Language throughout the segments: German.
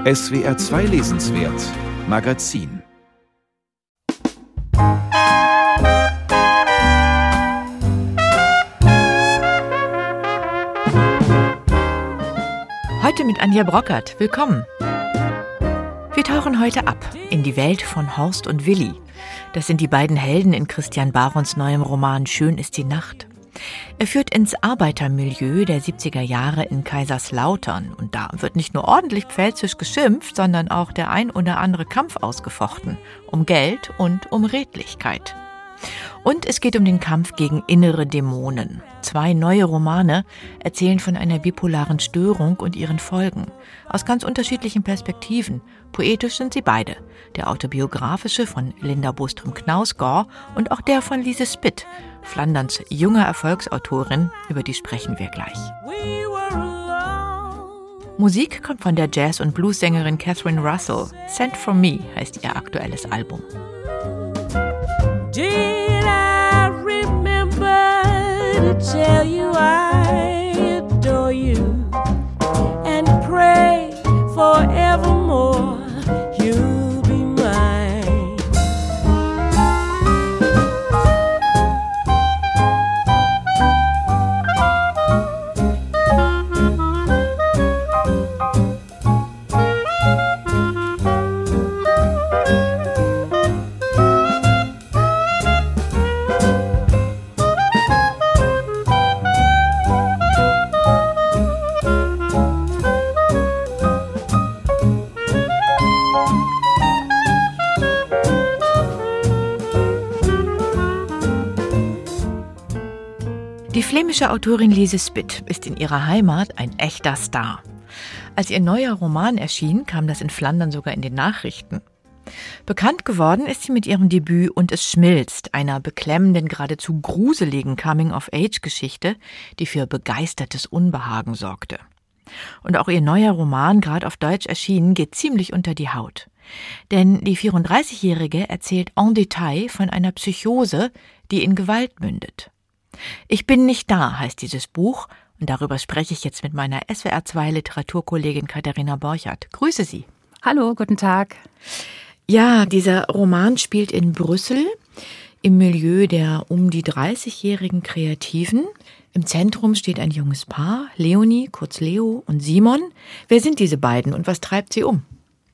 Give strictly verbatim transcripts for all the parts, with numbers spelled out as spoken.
S W R zwei Lesenswert Magazin. Heute mit Anja Brockert. Willkommen. Wir tauchen heute ab in die Welt von Horst und Willi. Das sind die beiden Helden in Christian Barons neuem Roman Schön ist die Nacht. Er führt ins Arbeitermilieu der siebziger Jahre in Kaiserslautern. Und da wird nicht nur ordentlich pfälzisch geschimpft, sondern auch der ein oder andere Kampf ausgefochten. Um Geld und um Redlichkeit. Und es geht um den Kampf gegen innere Dämonen. Zwei neue Romane erzählen von einer bipolaren Störung und ihren Folgen. Aus ganz unterschiedlichen Perspektiven. Poetisch sind sie beide. Der autobiografische von Linda Boström-Knausgård und auch der von Lise Spitt, Flanderns junger Erfolgsautorin, über die sprechen wir gleich. Musik kommt von der Jazz- und Bluessängerin Catherine Russell. Sent for Me heißt ihr aktuelles Album. Did I remember to tell you I adore you and pray forevermore you'll be mine. Die flämische Autorin Lise Spitt ist in ihrer Heimat ein echter Star. Als ihr neuer Roman erschien, kam das in Flandern sogar in den Nachrichten. Bekannt geworden ist sie mit ihrem Debüt Und es schmilzt, einer beklemmenden, geradezu gruseligen Coming-of-Age-Geschichte, die für begeistertes Unbehagen sorgte. Und auch ihr neuer Roman, gerade auf Deutsch erschienen, geht ziemlich unter die Haut. Denn die vierunddreißigjährige erzählt en Detail von einer Psychose, die in Gewalt mündet. Ich bin nicht da, heißt dieses Buch, und darüber spreche ich jetzt mit meiner S W R zwei Literaturkollegin Katharina Borchert. Grüße Sie. Hallo, guten Tag. Ja, dieser Roman spielt in Brüssel, im Milieu der um die dreißigjährigen Kreativen. Im Zentrum steht ein junges Paar, Leonie, kurz Leo, und Simon. Wer sind diese beiden und was treibt sie um?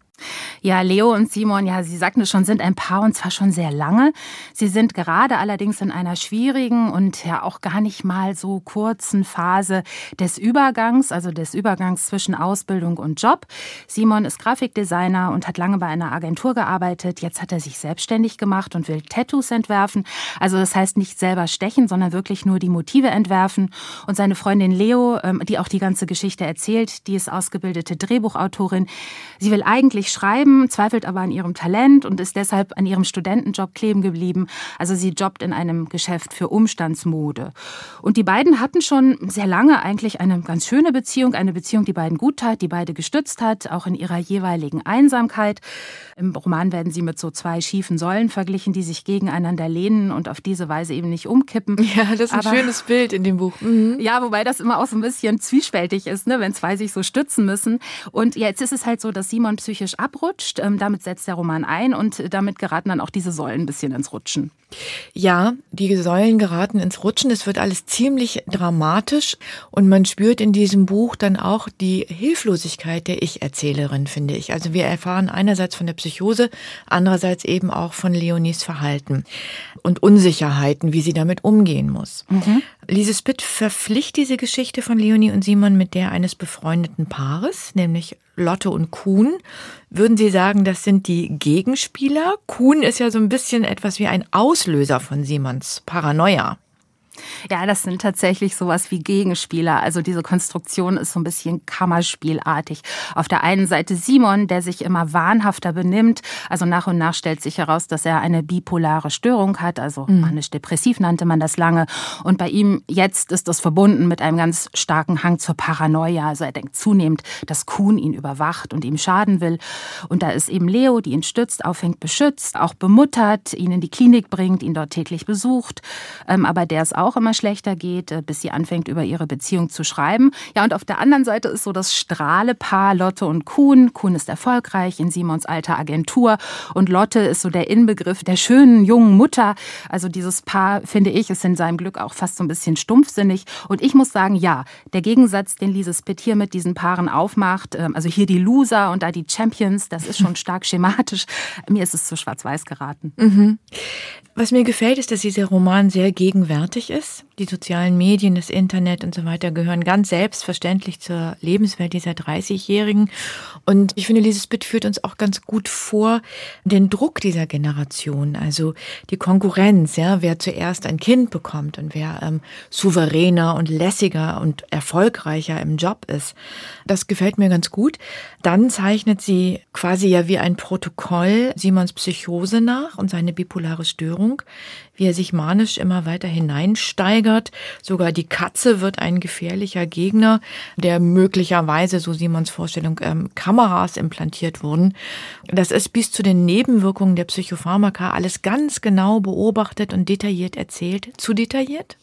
Ja, Leo und Simon, ja, Sie sagten es schon, sind ein Paar und zwar schon sehr lange. Sie sind gerade allerdings in einer schwierigen und ja auch gar nicht mal so kurzen Phase des Übergangs, also des Übergangs zwischen Ausbildung und Job. Simon ist Grafikdesigner und hat lange bei einer Agentur gearbeitet. Jetzt hat er sich selbstständig gemacht und will Tattoos entwerfen. Also das heißt nicht selber stechen, sondern wirklich nur die Motive entwerfen. Und seine Freundin Leo, die auch die ganze Geschichte erzählt, die ist ausgebildete Drehbuchautorin. Sie will eigentlich schreiben, zweifelt aber an ihrem Talent und ist deshalb an ihrem Studentenjob kleben geblieben. Also sie jobbt in einem Geschäft für Umstandsmode. Und die beiden hatten schon sehr lange eigentlich eine ganz schöne Beziehung, eine Beziehung, die beiden gut tat, die beide gestützt hat, auch in ihrer jeweiligen Einsamkeit. Im Roman werden sie mit so zwei schiefen Säulen verglichen, die sich gegeneinander lehnen und auf diese Weise eben nicht umkippen. Ja, das ist ein aber, schönes Bild in dem Buch. Mhm. Ja, wobei das immer auch so ein bisschen zwiespältig ist, ne, wenn zwei sich so stützen müssen. Und jetzt ist es halt so, dass Simon psychisch abrutscht. Ähm, damit setzt der Roman ein und damit geraten dann auch diese Säulen ein bisschen ins Rutschen. Ja, die Säulen geraten ins Rutschen. Es wird alles ziemlich dramatisch und man spürt in diesem Buch dann auch die Hilflosigkeit der Ich-Erzählerin, finde ich. Also wir erfahren einerseits von der Psychose, andererseits eben auch von Leonies Verhalten und Unsicherheiten, wie sie damit umgehen muss. Mhm. Lise Spitt verpflichtet diese Geschichte von Leonie und Simon mit der eines befreundeten Paares, nämlich Lotte und Kuhn. Würden Sie sagen, das sind die Gegenspieler? Kuhn ist ja so ein bisschen etwas wie ein Auslöser von Simons Paranoia. Ja, das sind tatsächlich sowas wie Gegenspieler. Also diese Konstruktion ist so ein bisschen Kammerspielartig. Auf der einen Seite Simon, der sich immer wahnhafter benimmt. Also nach und nach stellt sich heraus, dass er eine bipolare Störung hat. Also mhm. manisch-depressiv nannte man das lange. Und bei ihm jetzt ist das verbunden mit einem ganz starken Hang zur Paranoia. Also er denkt zunehmend, dass Kuhn ihn überwacht und ihm schaden will. Und da ist eben Leo, die ihn stützt, auffängt, beschützt, auch bemuttert, ihn in die Klinik bringt, ihn dort täglich besucht. Aber der ist auch immer schlechter geht, bis sie anfängt, über ihre Beziehung zu schreiben. Ja, und auf der anderen Seite ist so das Strahlepaar Lotte und Kuhn. Kuhn ist erfolgreich in Simons alter Agentur und Lotte ist so der Inbegriff der schönen jungen Mutter. Also dieses Paar, finde ich, ist in seinem Glück auch fast so ein bisschen stumpfsinnig. Und ich muss sagen, ja, der Gegensatz, den Lise Spitt hier mit diesen Paaren aufmacht, also hier die Loser und da die Champions, das ist schon stark schematisch. Mir ist es zu schwarz-weiß geraten. Mhm. Was mir gefällt, ist, dass dieser Roman sehr gegenwärtig ist. Die sozialen Medien, das Internet und so weiter gehören ganz selbstverständlich zur Lebenswelt dieser dreißigjährigen. Und ich finde, Lise Spitt führt uns auch ganz gut vor den Druck dieser Generation, also die Konkurrenz, ja, wer zuerst ein Kind bekommt und wer ähm, souveräner und lässiger und erfolgreicher im Job ist. Das gefällt mir ganz gut. Dann zeichnet sie quasi ja wie ein Protokoll Simons Psychose nach und seine bipolare Störung, wie er sich manisch immer weiter hineinsteigert. Sogar die Katze wird ein gefährlicher Gegner, der möglicherweise, so Simons Vorstellung, ähm, Kameras implantiert wurden. Das ist bis zu den Nebenwirkungen der Psychopharmaka alles ganz genau beobachtet und detailliert erzählt. Zu detailliert?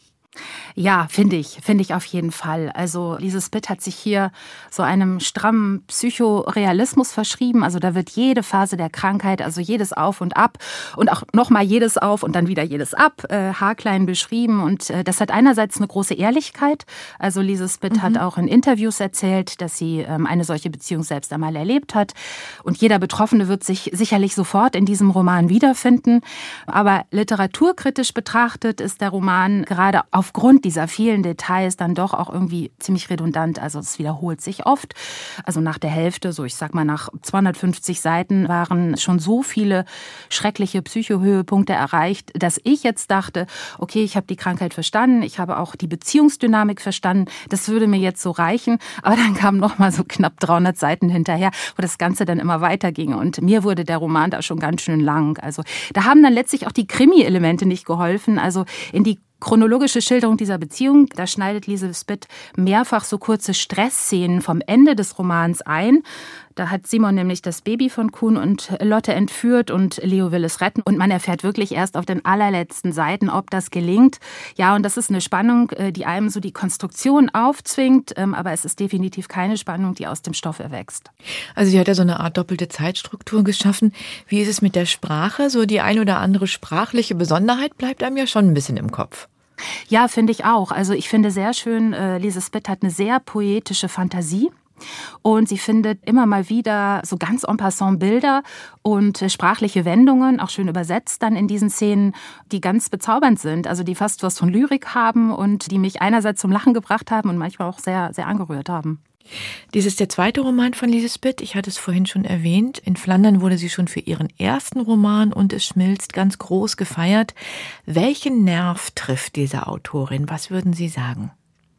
Ja, finde ich, finde ich auf jeden Fall. Also Lise Spitt hat sich hier so einem strammen Psychorealismus verschrieben. Also da wird jede Phase der Krankheit, also jedes Auf und Ab und auch nochmal jedes Auf und dann wieder jedes Ab, äh, haarklein beschrieben. Und äh, das hat einerseits eine große Ehrlichkeit. Also Lise Spitt mhm. hat auch in Interviews erzählt, dass sie ähm, eine solche Beziehung selbst einmal erlebt hat. Und jeder Betroffene wird sich sicherlich sofort in diesem Roman wiederfinden. Aber literaturkritisch betrachtet ist der Roman gerade aufgrund dieser vielen Details dann doch auch irgendwie ziemlich redundant. Also es wiederholt sich oft. Also nach der Hälfte, so ich sag mal nach zweihundertfünfzig Seiten, waren schon so viele schreckliche Psychohöhepunkte erreicht, dass ich jetzt dachte, okay, ich habe die Krankheit verstanden, ich habe auch die Beziehungsdynamik verstanden, das würde mir jetzt so reichen. Aber dann kamen noch mal so knapp dreihundert Seiten hinterher, wo das Ganze dann immer weiterging. Und mir wurde der Roman da schon ganz schön lang. Also da haben dann letztlich auch die Krimi-Elemente nicht geholfen. Also in die chronologische Schilderung dieser Beziehung, da schneidet Lise Spitt mehrfach so kurze Stressszenen vom Ende des Romans ein. Da hat Simon nämlich das Baby von Kuhn und Lotte entführt und Leo will es retten. Und man erfährt wirklich erst auf den allerletzten Seiten, ob das gelingt. Ja, und das ist eine Spannung, die einem so die Konstruktion aufzwingt. Aber es ist definitiv keine Spannung, die aus dem Stoff erwächst. Also sie hat ja so eine Art doppelte Zeitstruktur geschaffen. Wie ist es mit der Sprache? So die ein oder andere sprachliche Besonderheit bleibt einem ja schon ein bisschen im Kopf. Ja, finde ich auch. Also ich finde sehr schön, Lise Spitt hat eine sehr poetische Fantasie. Und sie findet immer mal wieder so ganz en passant Bilder und sprachliche Wendungen, auch schön übersetzt dann in diesen Szenen, die ganz bezaubernd sind, also die fast was von Lyrik haben und die mich einerseits zum Lachen gebracht haben und manchmal auch sehr, sehr angerührt haben. Dies ist der zweite Roman von Lise Spitt. Ich hatte es vorhin schon erwähnt. In Flandern wurde sie schon für ihren ersten Roman Und es schmilzt ganz groß gefeiert. Welchen Nerv trifft diese Autorin? Was würden Sie sagen?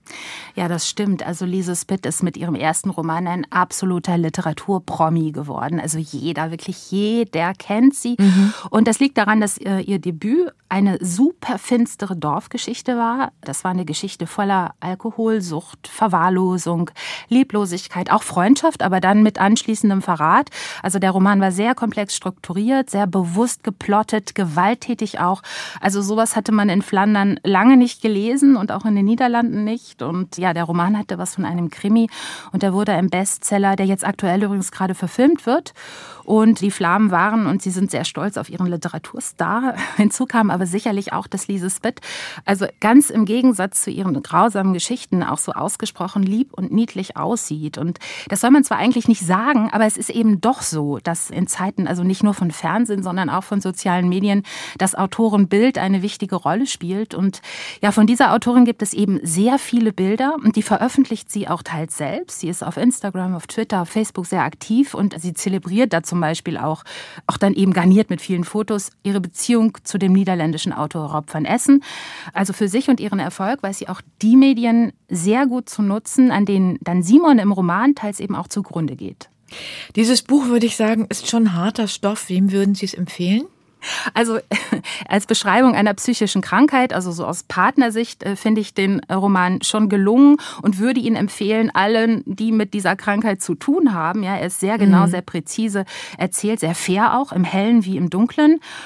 Ja, das stimmt. Also Lise Spitt ist mit ihrem ersten Roman ein absoluter Literaturpromi geworden. Also jeder, wirklich jeder kennt sie. Mhm. Und das liegt daran, dass ihr Debüt eine super finstere Dorfgeschichte war. Das war eine Geschichte voller Alkoholsucht, Verwahrlosung, Lieblosigkeit, auch Freundschaft, aber dann mit anschließendem Verrat. Also der Roman war sehr komplex strukturiert, sehr bewusst geplottet, gewalttätig auch. Also sowas hatte man in Flandern lange nicht gelesen und auch in den Niederlanden nicht. Und ja, der Roman hatte was von einem Krimi und der wurde ein Bestseller, der jetzt aktuell übrigens gerade verfilmt wird. Und die Flamen waren, und sie sind sehr stolz auf ihren Literaturstar, hinzu kam aber sicherlich auch, dass Lise Spitt, also ganz im Gegensatz zu ihren grausamen Geschichten, auch so ausgesprochen lieb und niedlich aussieht. Und das soll man zwar eigentlich nicht sagen, aber es ist eben doch so, dass in Zeiten, also nicht nur von Fernsehen, sondern auch von sozialen Medien, das Autorenbild eine wichtige Rolle spielt. Und ja, von dieser Autorin gibt es eben sehr viele Bilder und die veröffentlicht sie auch teils selbst. Sie ist auf Instagram, auf Twitter, auf Facebook sehr aktiv und sie zelebriert da zum Beispiel auch, auch dann eben garniert mit vielen Fotos, ihre Beziehung zu dem niederländischen Autor Rob van Essen. Also für sich und ihren Erfolg weiß sie auch die Medien sehr gut zu nutzen, an denen dann Simon im Roman teils eben auch zugrunde geht. Dieses Buch, würde ich sagen, ist schon harter Stoff. Wem würden Sie es empfehlen? Also als Beschreibung einer psychischen Krankheit, also so aus Partnersicht, finde ich den Roman schon gelungen und würde ihn empfehlen allen, die mit dieser Krankheit zu tun haben. Ja, er ist sehr genau, mhm. sehr präzise erzählt, sehr fair auch, im Hellen wie im Dunklen.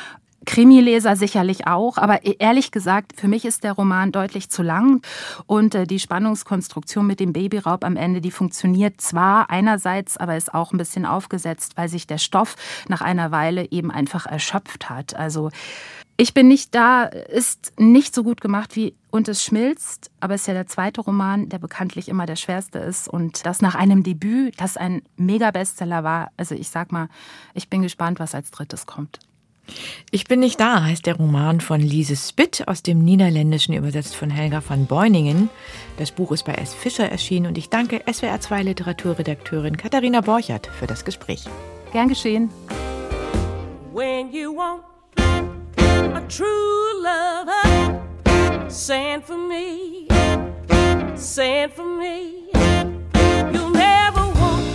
Krimileser sicherlich auch, aber ehrlich gesagt, für mich ist der Roman deutlich zu lang und äh, die Spannungskonstruktion mit dem Babyraub am Ende, die funktioniert zwar einerseits, aber ist auch ein bisschen aufgesetzt, weil sich der Stoff nach einer Weile eben einfach erschöpft hat. Also Ich bin nicht da ist nicht so gut gemacht wie Und es schmilzt, aber es ist ja der zweite Roman, der bekanntlich immer der schwerste ist und das nach einem Debüt, das ein Mega-Bestseller war. Also ich sag mal, ich bin gespannt, was als drittes kommt. Ich bin nicht da, heißt der Roman von Lise Spitt, aus dem Niederländischen übersetzt von Helga van Beuningen. Das Buch ist bei S. Fischer erschienen und ich danke S W R zwei Literaturredakteurin Katharina Borchert für das Gespräch. Gern geschehen. When you want a true lover, send for me, send for me. You'll never want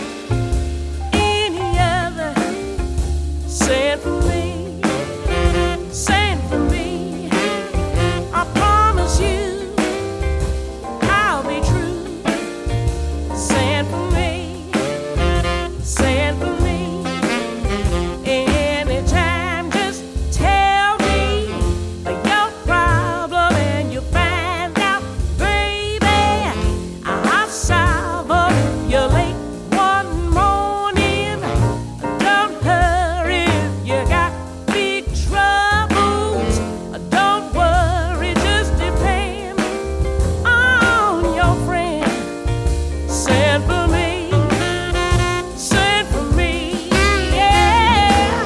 any other, send for me, send for me. I promise you I'll be true. Send for me, send for me. Anytime, just tell me your problem and you find out, baby, I'll solve up your late one morning. Don't hurry if you got big troubles. Don't worry, just depend on your friend. Send for me, send for me, yeah.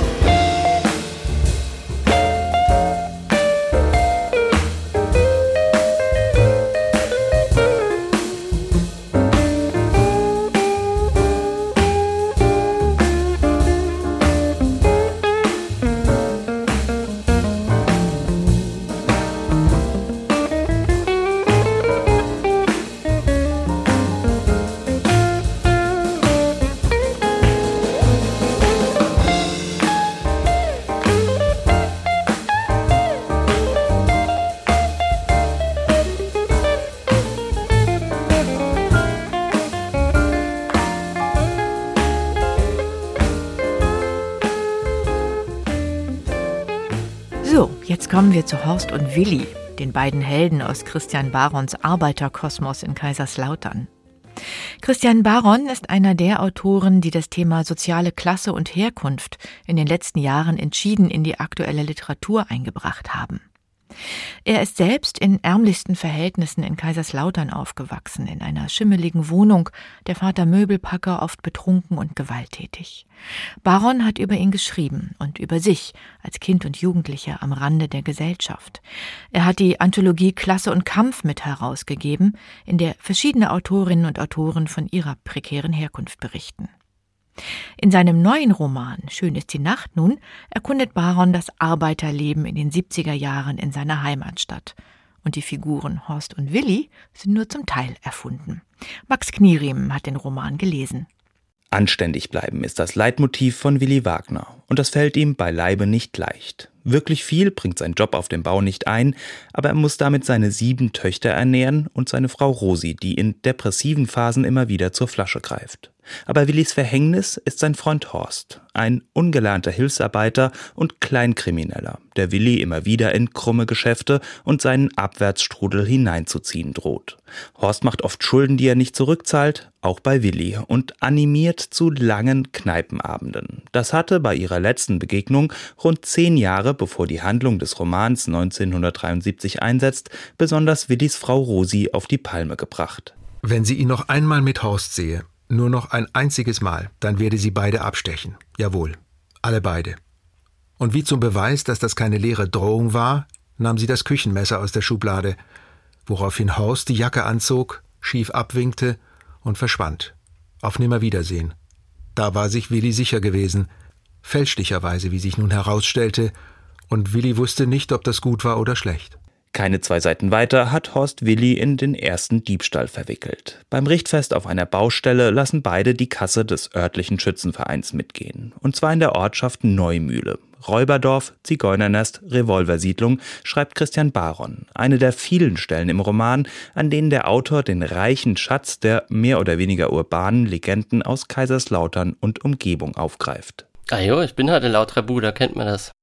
So, jetzt kommen wir zu Horst und Willi, den beiden Helden aus Christian Barons Arbeiterkosmos in Kaiserslautern. Christian Baron ist einer der Autoren, die das Thema soziale Klasse und Herkunft in den letzten Jahren entschieden in die aktuelle Literatur eingebracht haben. Er ist selbst in ärmlichsten Verhältnissen in Kaiserslautern aufgewachsen, in einer schimmeligen Wohnung, der Vater Möbelpacker, oft betrunken und gewalttätig. Baron hat über ihn geschrieben und über sich als Kind und Jugendlicher am Rande der Gesellschaft. Er hat die Anthologie Klasse und Kampf mit herausgegeben, in der verschiedene Autorinnen und Autoren von ihrer prekären Herkunft berichten. In seinem neuen Roman Schön ist die Nacht nun erkundet Baron das Arbeiterleben in den siebziger Jahren in seiner Heimatstadt. Und die Figuren Horst und Willi sind nur zum Teil erfunden. Max Knieriemen hat den Roman gelesen. Anständig bleiben ist das Leitmotiv von Willi Wagner. Und das fällt ihm beileibe nicht leicht. Wirklich viel bringt sein Job auf dem Bau nicht ein, aber er muss damit seine sieben Töchter ernähren und seine Frau Rosi, die in depressiven Phasen immer wieder zur Flasche greift. Aber Willis Verhängnis ist sein Freund Horst, ein ungelernter Hilfsarbeiter und Kleinkrimineller, der Willi immer wieder in krumme Geschäfte und seinen Abwärtsstrudel hineinzuziehen droht. Horst macht oft Schulden, die er nicht zurückzahlt, auch bei Willi, und animiert zu langen Kneipenabenden. Das hatte bei ihrer letzten Begegnung rund zehn Jahre, bevor die Handlung des Romans neunzehnhundertdreiundsiebzig einsetzt, besonders Willis Frau Rosi auf die Palme gebracht. Wenn sie ihn noch einmal mit Horst sehe, nur noch ein einziges Mal, dann werde sie beide abstechen. Jawohl, alle beide. Und wie zum Beweis, dass das keine leere Drohung war, nahm sie das Küchenmesser aus der Schublade, woraufhin Horst die Jacke anzog, schief abwinkte und verschwand. Auf Nimmerwiedersehen. Da war sich Willi sicher gewesen, fälschlicherweise, wie sich nun herausstellte, und Willi wusste nicht, ob das gut war oder schlecht. Keine zwei Seiten weiter hat Horst Willi in den ersten Diebstahl verwickelt. Beim Richtfest auf einer Baustelle lassen beide die Kasse des örtlichen Schützenvereins mitgehen. Und zwar in der Ortschaft Neumühle. Räuberdorf, Zigeunernest, Revolversiedlung, schreibt Christian Baron. Eine der vielen Stellen im Roman, an denen der Autor den reichen Schatz der mehr oder weniger urbanen Legenden aus Kaiserslautern und Umgebung aufgreift. Ah jo, ich bin halt ein lauterer Bruder, kennt man das.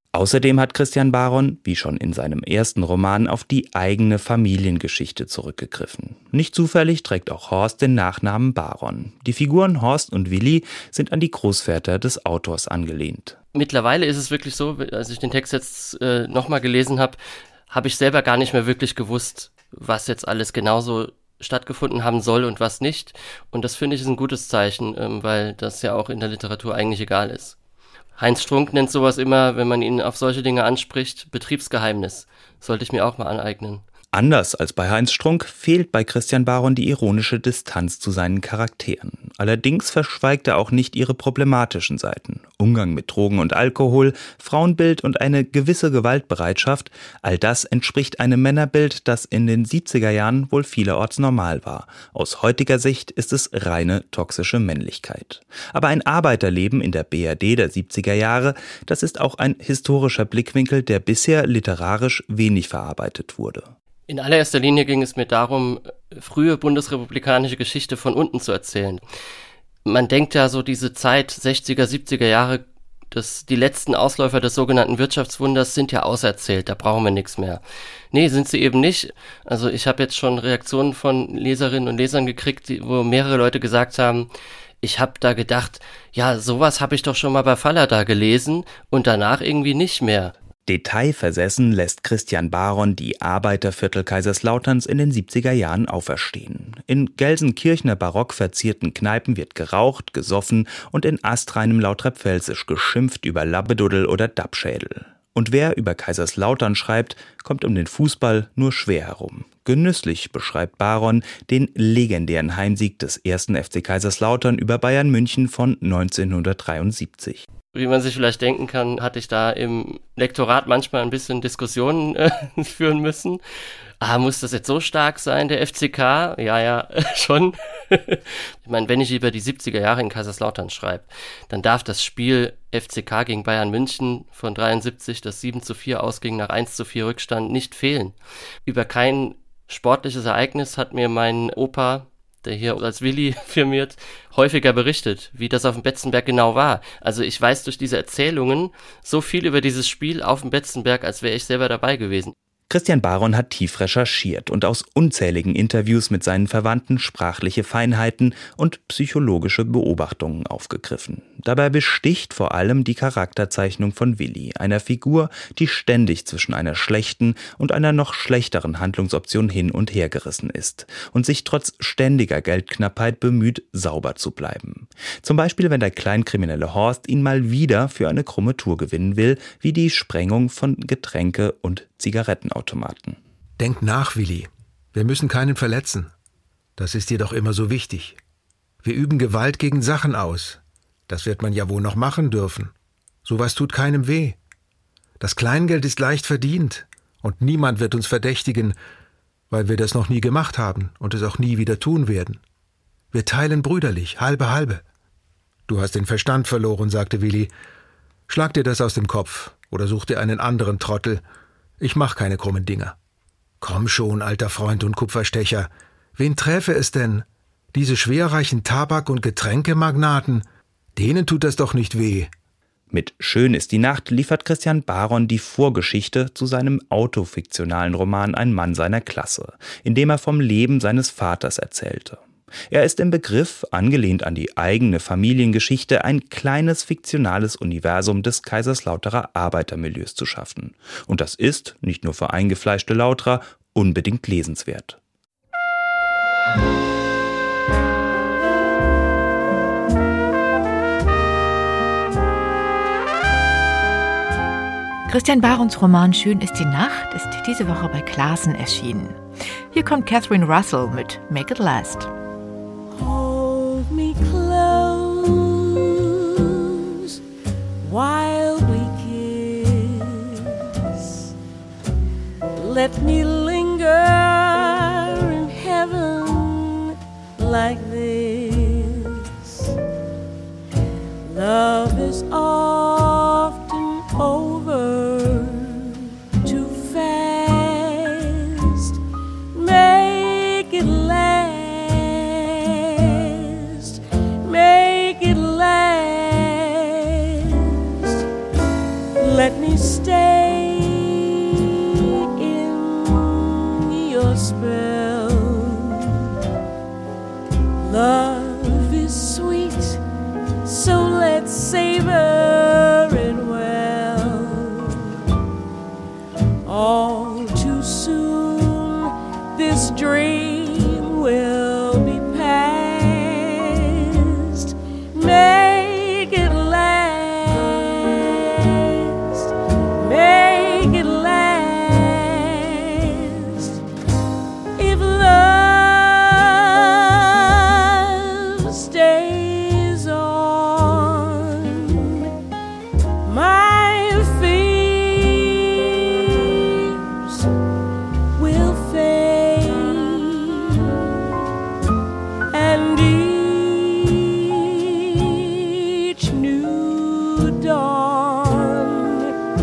Außerdem hat Christian Baron, wie schon in seinem ersten Roman, auf die eigene Familiengeschichte zurückgegriffen. Nicht zufällig trägt auch Horst den Nachnamen Baron. Die Figuren Horst und Willi sind an die Großväter des Autors angelehnt. Mittlerweile ist es wirklich so, als ich den Text jetzt äh, nochmal gelesen habe, habe ich selber gar nicht mehr wirklich gewusst, was jetzt alles genauso stattgefunden haben soll und was nicht. Und das finde ich ist ein gutes Zeichen, ähm, weil das ja auch in der Literatur eigentlich egal ist. Heinz Strunk nennt sowas immer, wenn man ihn auf solche Dinge anspricht, Betriebsgeheimnis. Sollte ich mir auch mal aneignen. Anders als bei Heinz Strunk fehlt bei Christian Baron die ironische Distanz zu seinen Charakteren. Allerdings verschweigt er auch nicht ihre problematischen Seiten. Umgang mit Drogen und Alkohol, Frauenbild und eine gewisse Gewaltbereitschaft, all das entspricht einem Männerbild, das in den siebziger Jahren wohl vielerorts normal war. Aus heutiger Sicht ist es reine toxische Männlichkeit. Aber ein Arbeiterleben in der B R D der siebziger Jahre, das ist auch ein historischer Blickwinkel, der bisher literarisch wenig verarbeitet wurde. In allererster Linie ging es mir darum, frühe bundesrepublikanische Geschichte von unten zu erzählen. Man denkt ja so diese Zeit, sechziger, siebziger Jahre, das, die letzten Ausläufer des sogenannten Wirtschaftswunders sind ja auserzählt, da brauchen wir nichts mehr. Nee, sind sie eben nicht. Also ich habe jetzt schon Reaktionen von Leserinnen und Lesern gekriegt, die, wo mehrere Leute gesagt haben, ich habe da gedacht, ja, sowas habe ich doch schon mal bei Fallada gelesen und danach irgendwie nicht mehr. Detailversessen lässt Christian Baron die Arbeiterviertel Kaiserslauterns in den siebziger Jahren auferstehen. In Gelsenkirchener barock verzierten Kneipen wird geraucht, gesoffen und in astreinem Lautrepfelsisch geschimpft über Labbeduddel oder Dappschädel. Und wer über Kaiserslautern schreibt, kommt um den Fußball nur schwer herum. Genüsslich beschreibt Baron den legendären Heimsieg des ersten F C Kaiserslautern über Bayern München von neunzehnhundertdreiundsiebzig. Wie man sich vielleicht denken kann, hatte ich da im Lektorat manchmal ein bisschen Diskussionen äh, führen müssen. Ah, muss das jetzt so stark sein, der F C K? Ja, ja, schon. Ich meine, wenn ich über die siebziger Jahre in Kaiserslautern schreibe, dann darf das Spiel F C K gegen Bayern München von dreiundsiebzig, das sieben zu vier ausging nach eins zu vier Rückstand, nicht fehlen. Über kein sportliches Ereignis hat mir mein Opa, der hier als Willi firmiert, häufiger berichtet, wie das auf dem Betzenberg genau war. Also ich weiß durch diese Erzählungen so viel über dieses Spiel auf dem Betzenberg, als wäre ich selber dabei gewesen. Christian Baron hat tief recherchiert und aus unzähligen Interviews mit seinen Verwandten sprachliche Feinheiten und psychologische Beobachtungen aufgegriffen. Dabei besticht vor allem die Charakterzeichnung von Willi, einer Figur, die ständig zwischen einer schlechten und einer noch schlechteren Handlungsoption hin und her gerissen ist und sich trotz ständiger Geldknappheit bemüht, sauber zu bleiben. Zum Beispiel, wenn der kleinkriminelle Horst ihn mal wieder für eine krumme Tour gewinnen will, wie die Sprengung von Getränke- und Zigarettenautomaten. Denk nach, Willi. Wir müssen keinen verletzen. Das ist dir doch immer so wichtig. Wir üben Gewalt gegen Sachen aus. Das wird man ja wohl noch machen dürfen. Sowas tut keinem weh. Das Kleingeld ist leicht verdient und niemand wird uns verdächtigen, weil wir das noch nie gemacht haben und es auch nie wieder tun werden. Wir teilen brüderlich, halbe halbe. Du hast den Verstand verloren, sagte Willi. Schlag dir das aus dem Kopf oder such dir einen anderen Trottel. Ich mach keine krummen Dinger. Komm schon, alter Freund und Kupferstecher. Wen träfe es denn? Diese schwerreichen Tabak- und Getränkemagnaten? Denen tut das doch nicht weh. Mit Schön ist die Nacht liefert Christian Baron die Vorgeschichte zu seinem autofiktionalen Roman Ein Mann seiner Klasse, in dem er vom Leben seines Vaters erzählte. Er ist im Begriff, angelehnt an die eigene Familiengeschichte, ein kleines fiktionales Universum des Kaiserslauterer Arbeitermilieus zu schaffen. Und das ist, nicht nur für eingefleischte Lauterer, unbedingt lesenswert. Christian Barons Roman Schön ist die Nacht ist diese Woche bei Clasen erschienen. Hier kommt Catherine Russell mit Make It Last. Hold me close while we kiss. Let me linger in heaven like this. Love is often over too fast. Make it last. Make it last. Let me stay let's savor it well. All too soon this dream will be past. Make it last, make it last. If love stays on, my fears will fade, and each new dawn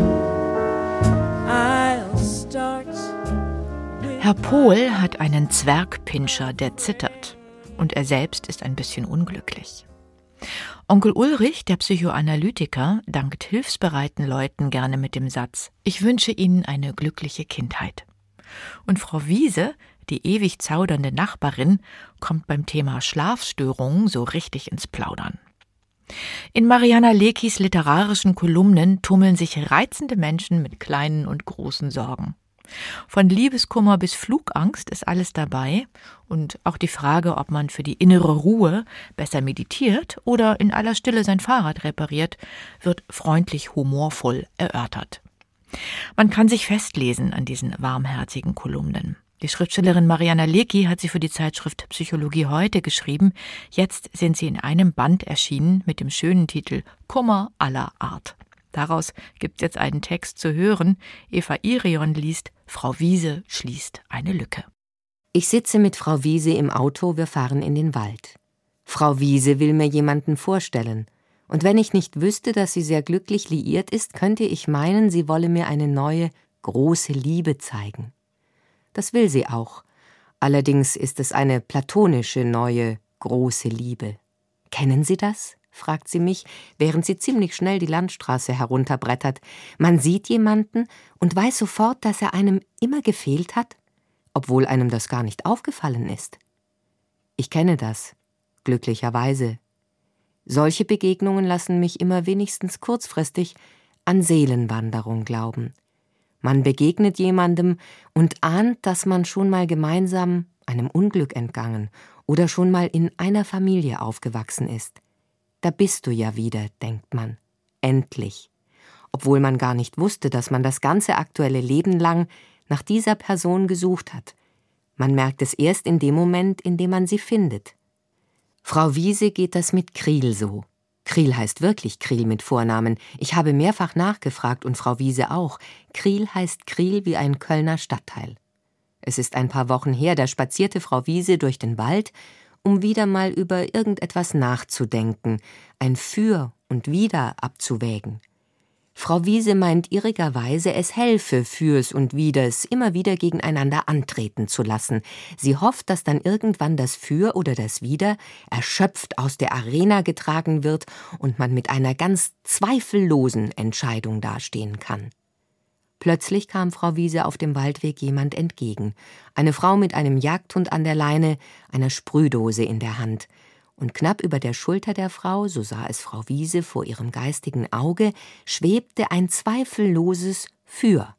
I'll start with. Herr Pohl hat einen Zwergpinscher, der zittert. Und er selbst ist ein bisschen unglücklich. Onkel Ulrich, der Psychoanalytiker, dankt hilfsbereiten Leuten gerne mit dem Satz: Ich wünsche Ihnen eine glückliche Kindheit. Und Frau Wiese, die ewig zaudernde Nachbarin, kommt beim Thema Schlafstörungen so richtig ins Plaudern. In Mariana Lekis literarischen Kolumnen tummeln sich reizende Menschen mit kleinen und großen Sorgen. Von Liebeskummer bis Flugangst ist alles dabei und auch die Frage, ob man für die innere Ruhe besser meditiert oder in aller Stille sein Fahrrad repariert, wird freundlich humorvoll erörtert. Man kann sich festlesen an diesen warmherzigen Kolumnen. Die Schriftstellerin Mariana Lecki hat sie für die Zeitschrift Psychologie heute geschrieben. Jetzt sind sie in einem Band erschienen mit dem schönen Titel Kummer aller Art. Daraus gibt es jetzt einen Text zu hören. Eva Irion liest: Frau Wiese schließt eine Lücke. Ich sitze mit Frau Wiese im Auto, wir fahren in den Wald. Frau Wiese will mir jemanden vorstellen. Und wenn ich nicht wüsste, dass sie sehr glücklich liiert ist, könnte ich meinen, sie wolle mir eine neue, große Liebe zeigen. Das will sie auch. Allerdings ist es eine platonische, neue, große Liebe. Kennen Sie das? Fragt sie mich, während sie ziemlich schnell die Landstraße herunterbrettert. Man sieht jemanden und weiß sofort, dass er einem immer gefehlt hat, obwohl einem das gar nicht aufgefallen ist. Ich kenne das, glücklicherweise. Solche Begegnungen lassen mich immer wenigstens kurzfristig an Seelenwanderung glauben. Man begegnet jemandem und ahnt, dass man schon mal gemeinsam einem Unglück entgangen oder schon mal in einer Familie aufgewachsen ist. Da bist du ja wieder, denkt man. Endlich. Obwohl man gar nicht wusste, dass man das ganze aktuelle Leben lang nach dieser Person gesucht hat. Man merkt es erst in dem Moment, in dem man sie findet. Frau Wiese geht das mit Kriel so. Kriel heißt wirklich Kriel mit Vornamen. Ich habe mehrfach nachgefragt und Frau Wiese auch. Kriel heißt Kriel wie ein Kölner Stadtteil. Es ist ein paar Wochen her, da spazierte Frau Wiese durch den Wald, um wieder mal über irgendetwas nachzudenken, ein Für und Wider abzuwägen. Frau Wiese meint irrigerweise, es helfe, Fürs und Widers immer wieder gegeneinander antreten zu lassen. Sie hofft, dass dann irgendwann das Für oder das Wider erschöpft aus der Arena getragen wird und man mit einer ganz zweifellosen Entscheidung dastehen kann. Plötzlich kam Frau Wiese auf dem Waldweg jemand entgegen. Eine Frau mit einem Jagdhund an der Leine, einer Sprühdose in der Hand. Und knapp über der Schulter der Frau, so sah es Frau Wiese vor ihrem geistigen Auge, schwebte ein zweifelloses Für.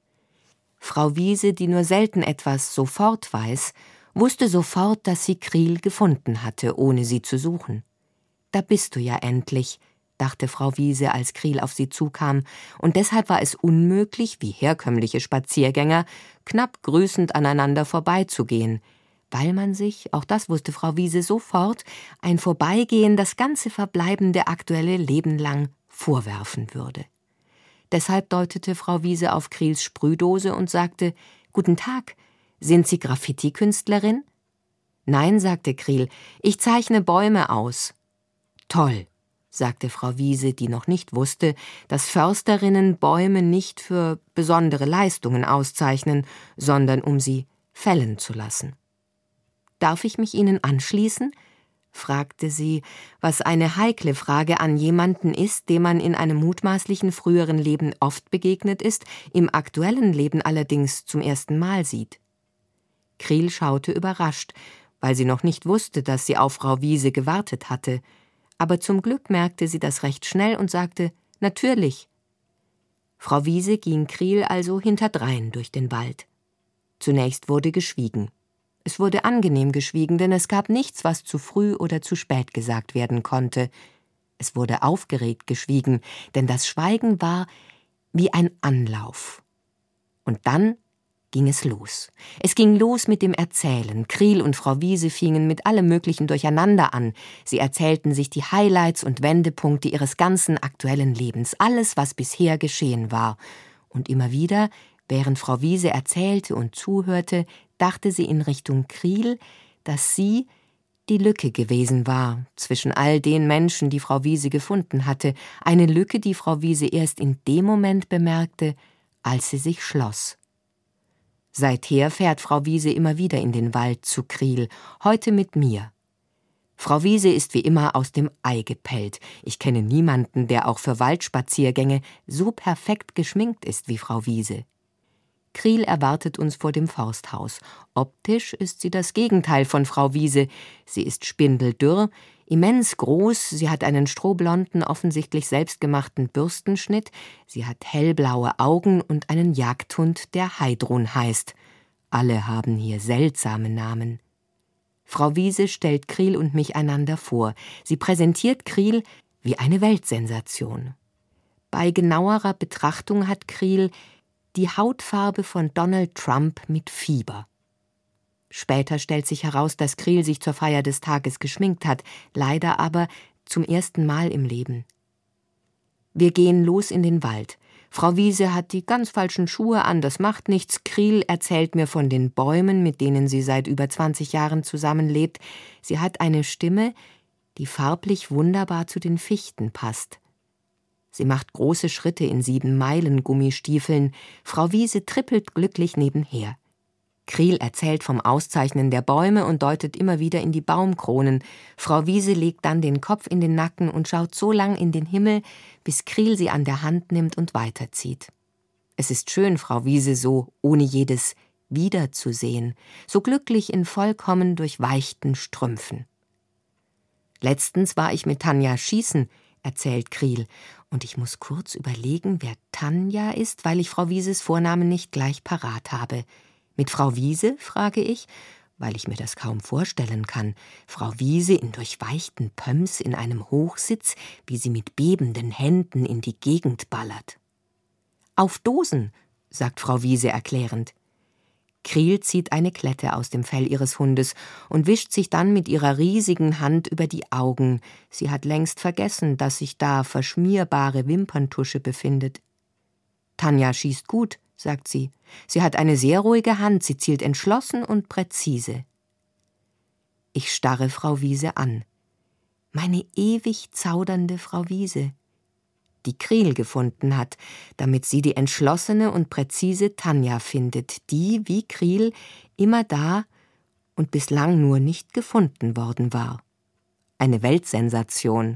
Frau Wiese, die nur selten etwas sofort weiß, wusste sofort, dass sie Kriel gefunden hatte, ohne sie zu suchen. »Da bist du ja endlich«, dachte Frau Wiese, als Kriel auf sie zukam, und deshalb war es unmöglich, wie herkömmliche Spaziergänger, knapp grüßend aneinander vorbeizugehen, weil man sich, auch das wusste Frau Wiese sofort, ein Vorbeigehen das ganze verbleibende aktuelle Leben lang vorwerfen würde. Deshalb deutete Frau Wiese auf Kriels Sprühdose und sagte: »Guten Tag, sind Sie Graffiti-Künstlerin?« »Nein«, sagte Kriel, »ich zeichne Bäume aus.« »Toll«, sagte Frau Wiese, die noch nicht wusste, dass Försterinnen Bäume nicht für besondere Leistungen auszeichnen, sondern um sie fällen zu lassen. »Darf ich mich Ihnen anschließen?« fragte sie, was eine heikle Frage an jemanden ist, dem man in einem mutmaßlichen früheren Leben oft begegnet ist, im aktuellen Leben allerdings zum ersten Mal sieht. Kriel schaute überrascht, weil sie noch nicht wusste, dass sie auf Frau Wiese gewartet hatte. Aber zum Glück merkte sie das recht schnell und sagte: »Natürlich.« Frau Wiese ging Kriel also hinterdrein durch den Wald. Zunächst wurde geschwiegen. Es wurde angenehm geschwiegen, denn es gab nichts, was zu früh oder zu spät gesagt werden konnte. Es wurde aufgeregt geschwiegen, denn das Schweigen war wie ein Anlauf. Und dann ging es los. Es ging los mit dem Erzählen. Kriel und Frau Wiese fingen mit allem Möglichen durcheinander an. Sie erzählten sich die Highlights und Wendepunkte ihres ganzen aktuellen Lebens, alles, was bisher geschehen war. Und immer wieder, während Frau Wiese erzählte und zuhörte, dachte sie in Richtung Kriel, dass sie die Lücke gewesen war zwischen all den Menschen, die Frau Wiese gefunden hatte, eine Lücke, die Frau Wiese erst in dem Moment bemerkte, als sie sich schloss. Seither fährt Frau Wiese immer wieder in den Wald zu Kriel, heute mit mir. Frau Wiese ist wie immer aus dem Ei gepellt. Ich kenne niemanden, der auch für Waldspaziergänge so perfekt geschminkt ist wie Frau Wiese. Kriel erwartet uns vor dem Forsthaus. Optisch ist sie das Gegenteil von Frau Wiese. Sie ist spindeldürr, immens groß, sie hat einen strohblonden, offensichtlich selbstgemachten Bürstenschnitt, sie hat hellblaue Augen und einen Jagdhund, der Heidrun heißt. Alle haben hier seltsame Namen. Frau Wiese stellt Kriel und mich einander vor. Sie präsentiert Kriel wie eine Weltsensation. Bei genauerer Betrachtung hat Kriel die Hautfarbe von Donald Trump mit Fieber. Später stellt sich heraus, dass Kriel sich zur Feier des Tages geschminkt hat, leider aber zum ersten Mal im Leben. Wir gehen los in den Wald. Frau Wiese hat die ganz falschen Schuhe an, das macht nichts. Kriel erzählt mir von den Bäumen, mit denen sie seit über zwanzig Jahren zusammenlebt. Sie hat eine Stimme, die farblich wunderbar zu den Fichten passt. Sie macht große Schritte in Sieben-Meilen-Gummistiefeln. Frau Wiese trippelt glücklich nebenher. Kriel erzählt vom Auszeichnen der Bäume und deutet immer wieder in die Baumkronen. Frau Wiese legt dann den Kopf in den Nacken und schaut so lang in den Himmel, bis Kriel sie an der Hand nimmt und weiterzieht. Es ist schön, Frau Wiese so ohne jedes wiederzusehen, so glücklich in vollkommen durchweichten Strümpfen. Letztens war ich mit Tanja schießen, erzählt Kriel, und ich muss kurz überlegen, wer Tanja ist, weil ich Frau Wieses Vornamen nicht gleich parat habe. Mit Frau Wiese, frage ich, weil ich mir das kaum vorstellen kann. Frau Wiese in durchweichten Pumps in einem Hochsitz, wie sie mit bebenden Händen in die Gegend ballert. »Auf Dosen«, sagt Frau Wiese erklärend. Kriel zieht eine Klette aus dem Fell ihres Hundes und wischt sich dann mit ihrer riesigen Hand über die Augen. Sie hat längst vergessen, dass sich da verschmierbare Wimperntusche befindet. »Tanja schießt gut«, sagt sie. »Sie hat eine sehr ruhige Hand, sie zielt entschlossen und präzise.« Ich starre Frau Wiese an. Meine ewig zaudernde Frau Wiese, die Kriel gefunden hat, damit sie die entschlossene und präzise Tanja findet, die, wie Kriel, immer da und bislang nur nicht gefunden worden war. Eine Weltsensation.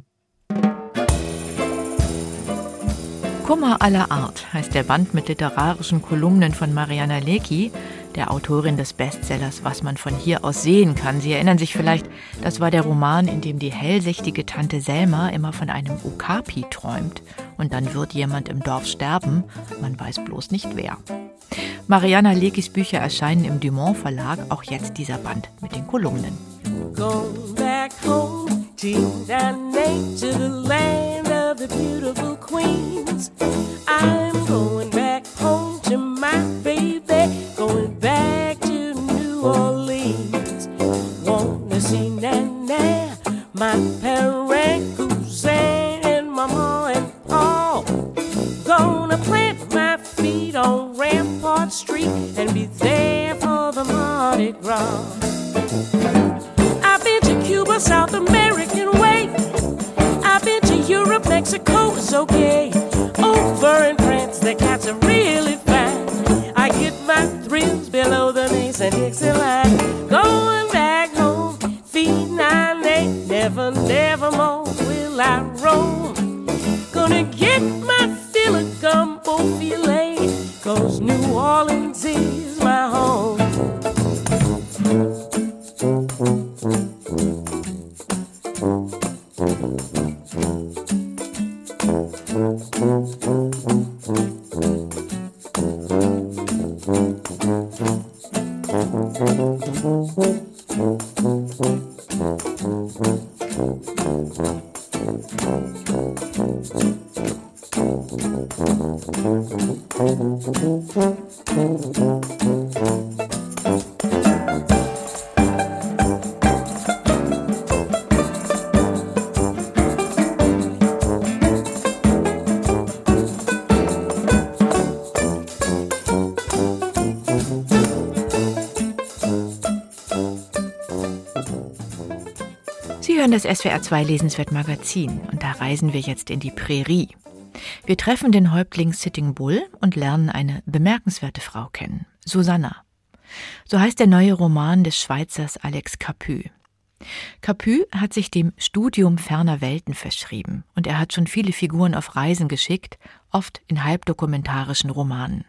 Kummer aller Art heißt der Band mit literarischen Kolumnen von Mariana Lecki, der Autorin des Bestsellers »Was man von hier aus sehen kann«. Sie erinnern sich vielleicht, das war der Roman, in dem die hellsichtige Tante Selma immer von einem Okapi träumt. Und dann wird jemand im Dorf sterben, man weiß bloß nicht wer. Mariana Leckis Bücher erscheinen im Dumont Verlag, auch jetzt dieser Band mit den Kolumnen. Go back home, to the land of the beautiful queens. I'm going back home to my baby, going back to New Orleans. Wanna see Nana, my parent, cousin, and Mama and Pa. Gonna plant my feet on Rampart Street and be there for the Mardi Gras. I've been to Cuba, South American way. I've been to Europe, Mexico, it's okay. Over in France, the cats are really fine. I get my thrills below the Mason-Dixon line. Going back home, feet nine, eight, never, never more will I roam. Gonna get my fill of gumbo filet, 'cause New Orleans is my home. Thank you. Sie hören das S W R zwei Lesenswert Magazin und da reisen wir jetzt in die Prärie. Wir treffen den Häuptling Sitting Bull und lernen eine bemerkenswerte Frau kennen, Susanna. So heißt der neue Roman des Schweizers Alex Capu. Capu hat sich dem Studium ferner Welten verschrieben und er hat schon viele Figuren auf Reisen geschickt, oft in halbdokumentarischen Romanen.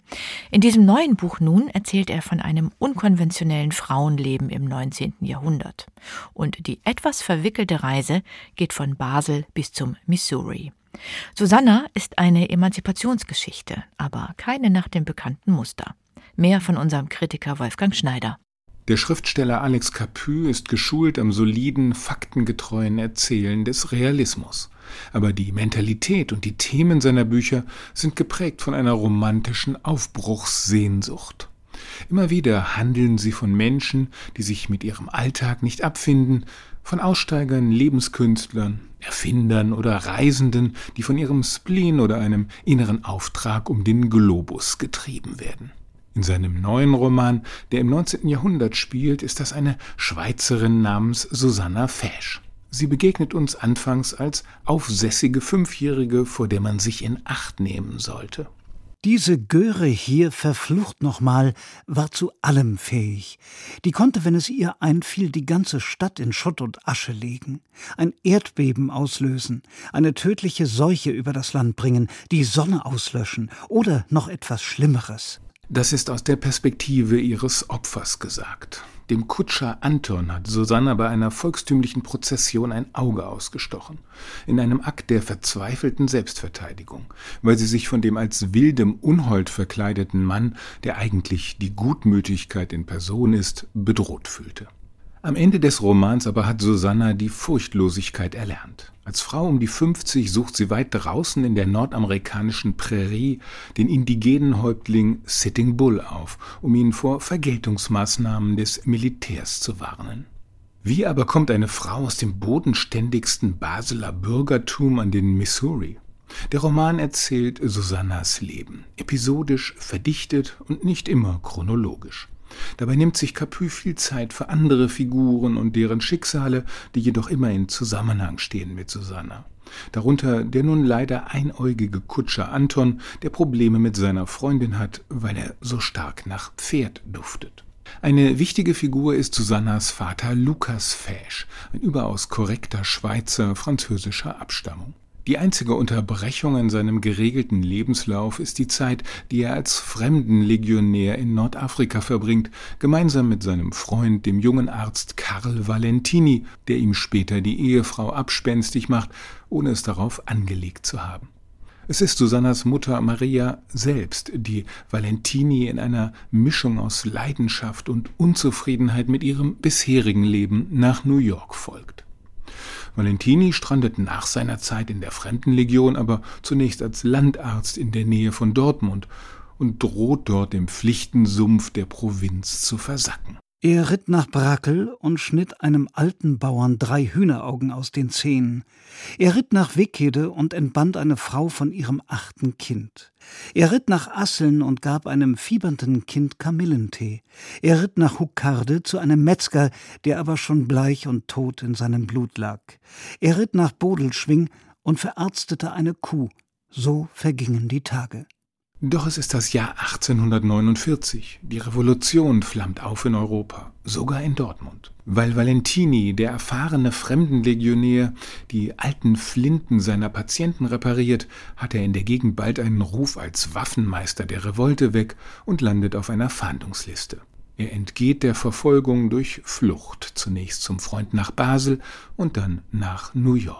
In diesem neuen Buch nun erzählt er von einem unkonventionellen Frauenleben im neunzehnten Jahrhundert. Und die etwas verwickelte Reise geht von Basel bis zum Missouri. Susanna ist eine Emanzipationsgeschichte, aber keine nach dem bekannten Muster. Mehr von unserem Kritiker Wolfgang Schneider. Der Schriftsteller Alex Capu ist geschult am soliden, faktengetreuen Erzählen des Realismus. Aber die Mentalität und die Themen seiner Bücher sind geprägt von einer romantischen Aufbruchssehnsucht. Immer wieder handeln sie von Menschen, die sich mit ihrem Alltag nicht abfinden, von Aussteigern, Lebenskünstlern, Erfindern oder Reisenden, die von ihrem Spleen oder einem inneren Auftrag um den Globus getrieben werden. In seinem neuen Roman, der im neunzehnten Jahrhundert spielt, ist das eine Schweizerin namens Susanna Fäsch. Sie begegnet uns anfangs als aufsässige Fünfjährige, vor der man sich in Acht nehmen sollte. Diese Göre hier, verflucht nochmal, war zu allem fähig. Die konnte, wenn es ihr einfiel, die ganze Stadt in Schutt und Asche legen, ein Erdbeben auslösen, eine tödliche Seuche über das Land bringen, die Sonne auslöschen oder noch etwas Schlimmeres. Das ist aus der Perspektive ihres Opfers gesagt. Dem Kutscher Anton hat Susanna bei einer volkstümlichen Prozession ein Auge ausgestochen, in einem Akt der verzweifelten Selbstverteidigung, weil sie sich von dem als wildem Unhold verkleideten Mann, der eigentlich die Gutmütigkeit in Person ist, bedroht fühlte. Am Ende des Romans aber hat Susanna die Furchtlosigkeit erlernt. Als Frau um die fünfzig sucht sie weit draußen in der nordamerikanischen Prärie den indigenen Häuptling Sitting Bull auf, um ihn vor Vergeltungsmaßnahmen des Militärs zu warnen. Wie aber kommt eine Frau aus dem bodenständigsten Basler Bürgertum an den Missouri? Der Roman erzählt Susannas Leben, episodisch, verdichtet und nicht immer chronologisch. Dabei nimmt sich Capu viel Zeit für andere Figuren und deren Schicksale, die jedoch immer in Zusammenhang stehen mit Susanna. Darunter der nun leider einäugige Kutscher Anton, der Probleme mit seiner Freundin hat, weil er so stark nach Pferd duftet. Eine wichtige Figur ist Susannas Vater Lukas Fäsch, ein überaus korrekter Schweizer französischer Abstammung. Die einzige Unterbrechung in seinem geregelten Lebenslauf ist die Zeit, die er als Fremdenlegionär in Nordafrika verbringt, gemeinsam mit seinem Freund, dem jungen Arzt Karl Valentini, der ihm später die Ehefrau abspenstig macht, ohne es darauf angelegt zu haben. Es ist Susannas Mutter Maria selbst, die Valentini in einer Mischung aus Leidenschaft und Unzufriedenheit mit ihrem bisherigen Leben nach New York folgt. Valentini strandet nach seiner Zeit in der Fremdenlegion aber zunächst als Landarzt in der Nähe von Dortmund und droht dort im Pflichtensumpf der Provinz zu versacken. Er ritt nach Brakel und schnitt einem alten Bauern drei Hühneraugen aus den Zähnen. Er ritt nach Wickede und entband eine Frau von ihrem achten Kind. Er ritt nach Asseln und gab einem fiebernden Kind Kamillentee. Er ritt nach Huckarde zu einem Metzger, der aber schon bleich und tot in seinem Blut lag. Er ritt nach Bodelschwing und verarztete eine Kuh. So vergingen die Tage. Doch es ist das Jahr achtzehnhundertneunundvierzig. Die Revolution flammt auf in Europa, sogar in Dortmund. Weil Valentini, der erfahrene Fremdenlegionär, die alten Flinten seiner Patienten repariert, hat er in der Gegend bald einen Ruf als Waffenmeister der Revolte weg und landet auf einer Fahndungsliste. Er entgeht der Verfolgung durch Flucht, zunächst zum Freund nach Basel und dann nach New York.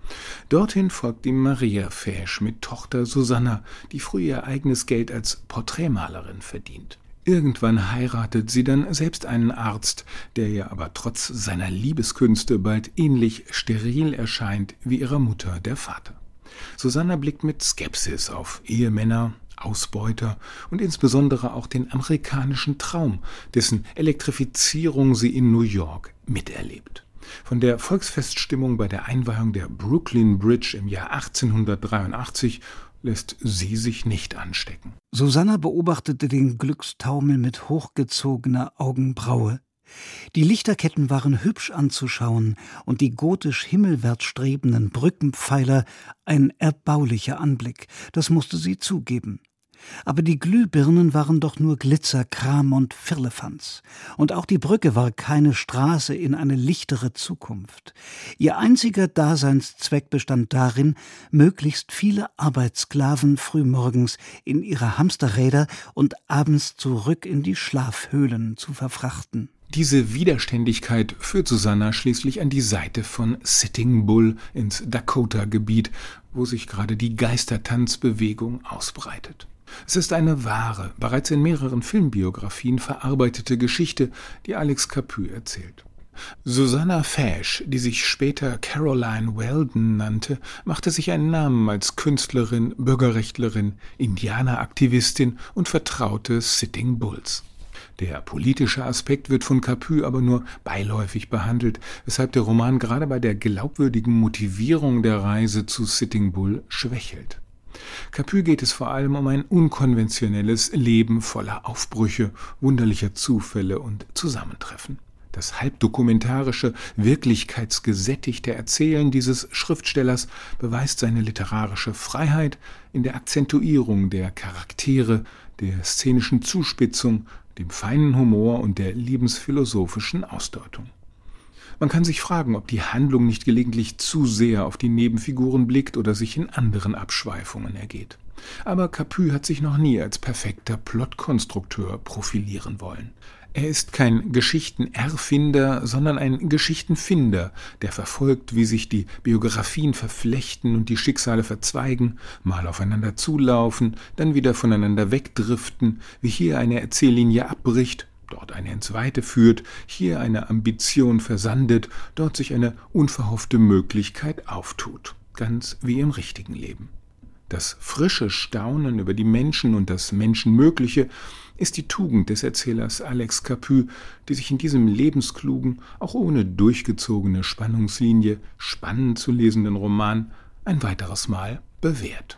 Dorthin folgt ihm Maria Fesch mit Tochter Susanna, die früh ihr eigenes Geld als Porträtmalerin verdient. Irgendwann heiratet sie dann selbst einen Arzt, der ihr aber trotz seiner Liebeskünste bald ähnlich steril erscheint wie ihrer Mutter der Vater. Susanna blickt mit Skepsis auf Ehemänner, Ausbeuter und insbesondere auch den amerikanischen Traum, dessen Elektrifizierung sie in New York miterlebt. Von der Volksfeststimmung bei der Einweihung der Brooklyn Bridge im Jahr achtzehnhundertdreiundachtzig lässt sie sich nicht anstecken. Susanna beobachtete den Glückstaumel mit hochgezogener Augenbraue. Die Lichterketten waren hübsch anzuschauen und die gotisch himmelwärts strebenden Brückenpfeiler ein erbaulicher Anblick, das musste sie zugeben. Aber die Glühbirnen waren doch nur Glitzerkram und Firlefanz. Und auch die Brücke war keine Straße in eine lichtere Zukunft. Ihr einziger Daseinszweck bestand darin, möglichst viele Arbeitssklaven frühmorgens in ihre Hamsterräder und abends zurück in die Schlafhöhlen zu verfrachten. Diese Widerständigkeit führt Susanna schließlich an die Seite von Sitting Bull ins Dakota-Gebiet, wo sich gerade die Geistertanzbewegung ausbreitet. Es ist eine wahre, bereits in mehreren Filmbiografien verarbeitete Geschichte, die Alex Capu erzählt. Susanna Fesch, die sich später Caroline Weldon nannte, machte sich einen Namen als Künstlerin, Bürgerrechtlerin, Indianeraktivistin und Vertraute Sitting Bulls. Der politische Aspekt wird von Capu aber nur beiläufig behandelt, weshalb der Roman gerade bei der glaubwürdigen Motivierung der Reise zu Sitting Bull schwächelt. Capu geht es vor allem um ein unkonventionelles Leben voller Aufbrüche, wunderlicher Zufälle und Zusammentreffen. Das halbdokumentarische, wirklichkeitsgesättigte Erzählen dieses Schriftstellers beweist seine literarische Freiheit in der Akzentuierung der Charaktere, der szenischen Zuspitzung, dem feinen Humor und der lebensphilosophischen Ausdeutung. Man kann sich fragen, ob die Handlung nicht gelegentlich zu sehr auf die Nebenfiguren blickt oder sich in anderen Abschweifungen ergeht. Aber Capu hat sich noch nie als perfekter Plotkonstrukteur profilieren wollen. Er ist kein Geschichtenerfinder, sondern ein Geschichtenfinder, der verfolgt, wie sich die Biografien verflechten und die Schicksale verzweigen, mal aufeinander zulaufen, dann wieder voneinander wegdriften, wie hier eine Erzähllinie abbricht, dort eine ins Weite führt, hier eine Ambition versandet, dort sich eine unverhoffte Möglichkeit auftut, ganz wie im richtigen Leben. Das frische Staunen über die Menschen und das Menschenmögliche ist die Tugend des Erzählers Alex Capu, die sich in diesem lebensklugen, auch ohne durchgezogene Spannungslinie, spannend zu lesenden Roman ein weiteres Mal bewährt.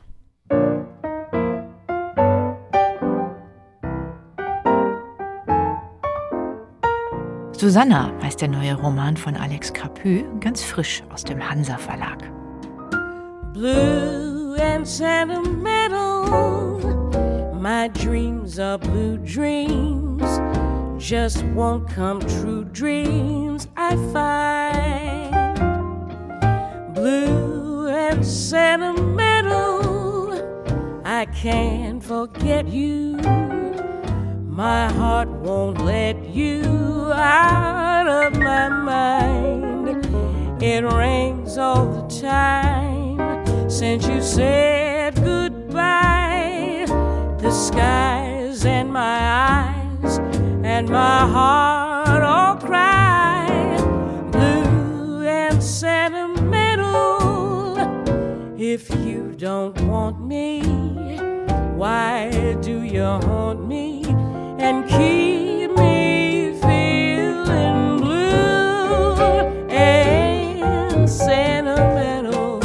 Susanna heißt der neue Roman von Alex Capu, ganz frisch aus dem Hansa Verlag. Blue and sentimental, my dreams are blue dreams, just won't come true dreams I find. Blue and sentimental, I can't forget you, my heart won't let you out of my mind. It rains all the time since you said goodbye. The skies and my eyes and my heart all cry. Blue and sentimental, if you don't want me, why do you haunt me and keep me feeling blue and sentimental?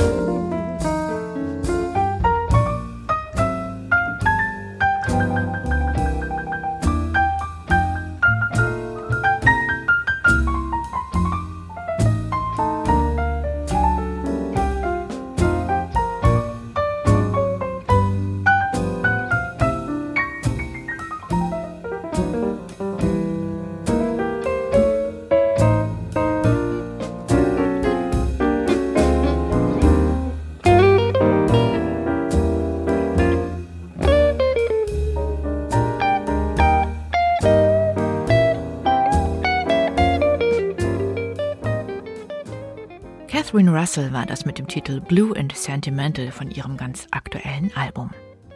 Catherine Russell war das mit dem Titel Blue and Sentimental von ihrem ganz aktuellen Album.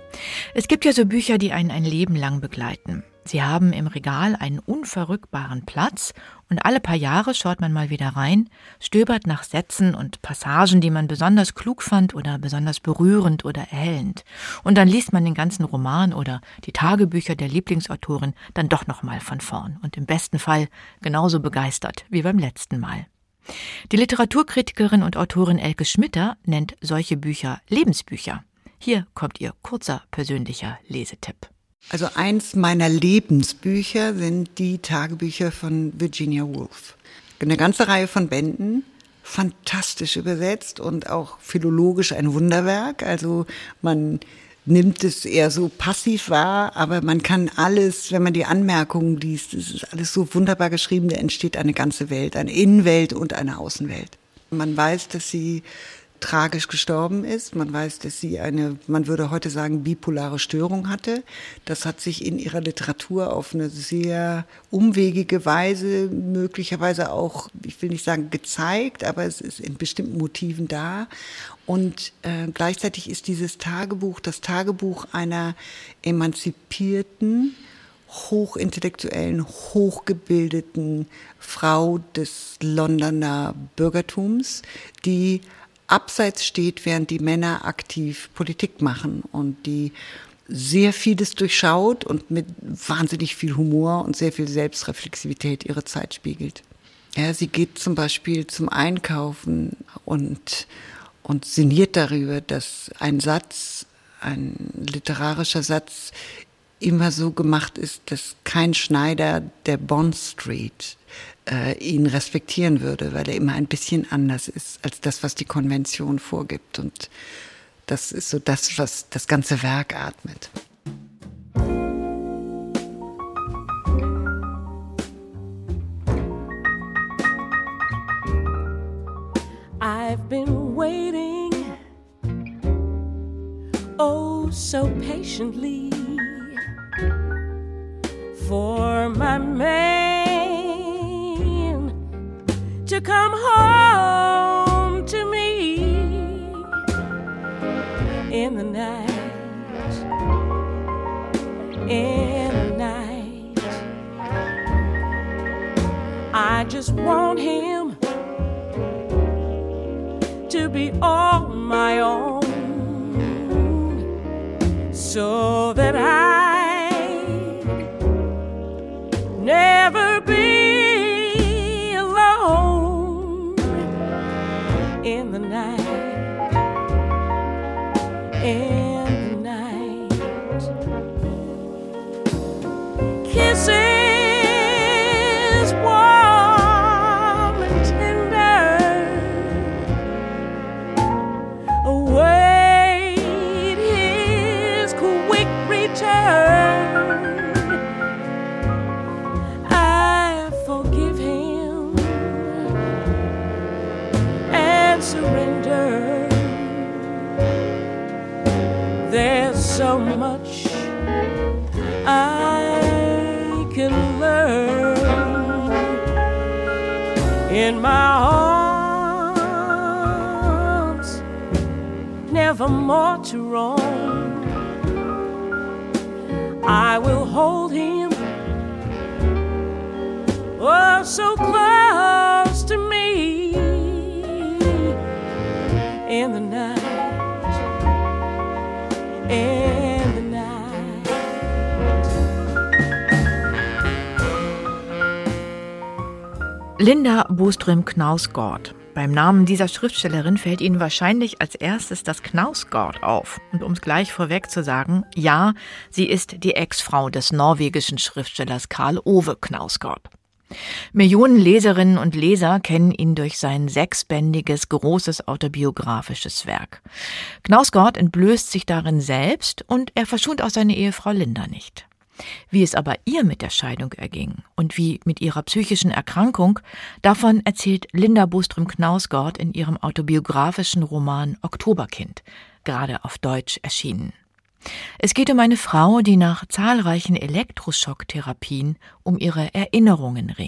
Es gibt ja so Bücher, die einen ein Leben lang begleiten. Sie haben im Regal einen unverrückbaren Platz und alle paar Jahre schaut man mal wieder rein, stöbert nach Sätzen und Passagen, die man besonders klug fand oder besonders berührend oder erhellend. Und dann liest man den ganzen Roman oder die Tagebücher der Lieblingsautorin dann doch nochmal von vorn und im besten Fall genauso begeistert wie beim letzten Mal. Die Literaturkritikerin und Autorin Elke Schmitter nennt solche Bücher Lebensbücher. Hier kommt ihr kurzer persönlicher Lesetipp. Also eins meiner Lebensbücher sind die Tagebücher von Virginia Woolf. Eine ganze Reihe von Bänden, fantastisch übersetzt und auch philologisch ein Wunderwerk. Also man nimmt es eher so passiv wahr, aber man kann alles, wenn man die Anmerkungen liest, es ist alles so wunderbar geschrieben, da entsteht eine ganze Welt, eine Innenwelt und eine Außenwelt. Man weiß, dass sie tragisch gestorben ist. Man weiß, dass sie eine, man würde heute sagen, bipolare Störung hatte. Das hat sich in ihrer Literatur auf eine sehr umwegige Weise, möglicherweise auch, ich will nicht sagen gezeigt, aber es ist in bestimmten Motiven da. Und äh, gleichzeitig ist dieses Tagebuch das Tagebuch einer emanzipierten, hochintellektuellen, hochgebildeten Frau des Londoner Bürgertums, die abseits steht, während die Männer aktiv Politik machen und die sehr vieles durchschaut und mit wahnsinnig viel Humor und sehr viel Selbstreflexivität ihre Zeit spiegelt. Ja, sie geht zum Beispiel zum Einkaufen und, und sinniert darüber, dass ein Satz, ein literarischer Satz immer so gemacht ist, dass kein Schneider der Bond Street äh, ihn respektieren würde, weil er immer ein bisschen anders ist als das, was die Konvention vorgibt. Und das ist so das, was das ganze Werk atmet. I've been waiting, oh so patiently, for my man to come home to me in the night, in the night. I just want him to be all my own, so that I'd never be alone in the night, in the night. Kisses warm and tender await his quick return. I forgive him and surrender. There's so much I can learn in my arms, never more to roam. I will hold him, oh, so close to me in the night, in the night. Linda Boström-Knausgård. Beim Namen dieser Schriftstellerin fällt Ihnen wahrscheinlich als erstes das Knausgård auf. Und um es gleich vorweg zu sagen, ja, sie ist die Ex-Frau des norwegischen Schriftstellers Karl Ove Knausgård. Millionen Leserinnen und Leser kennen ihn durch sein sechsbändiges, großes autobiografisches Werk. Knausgård entblößt sich darin selbst und er verschont auch seine Ehefrau Linda nicht. Wie es aber ihr mit der Scheidung erging und wie mit ihrer psychischen Erkrankung, davon erzählt Linda Boström-Knausgård in ihrem autobiografischen Roman Oktoberkind, gerade auf Deutsch erschienen. Es geht um eine Frau, die nach zahlreichen Elektroschocktherapien um ihre Erinnerungen ringt.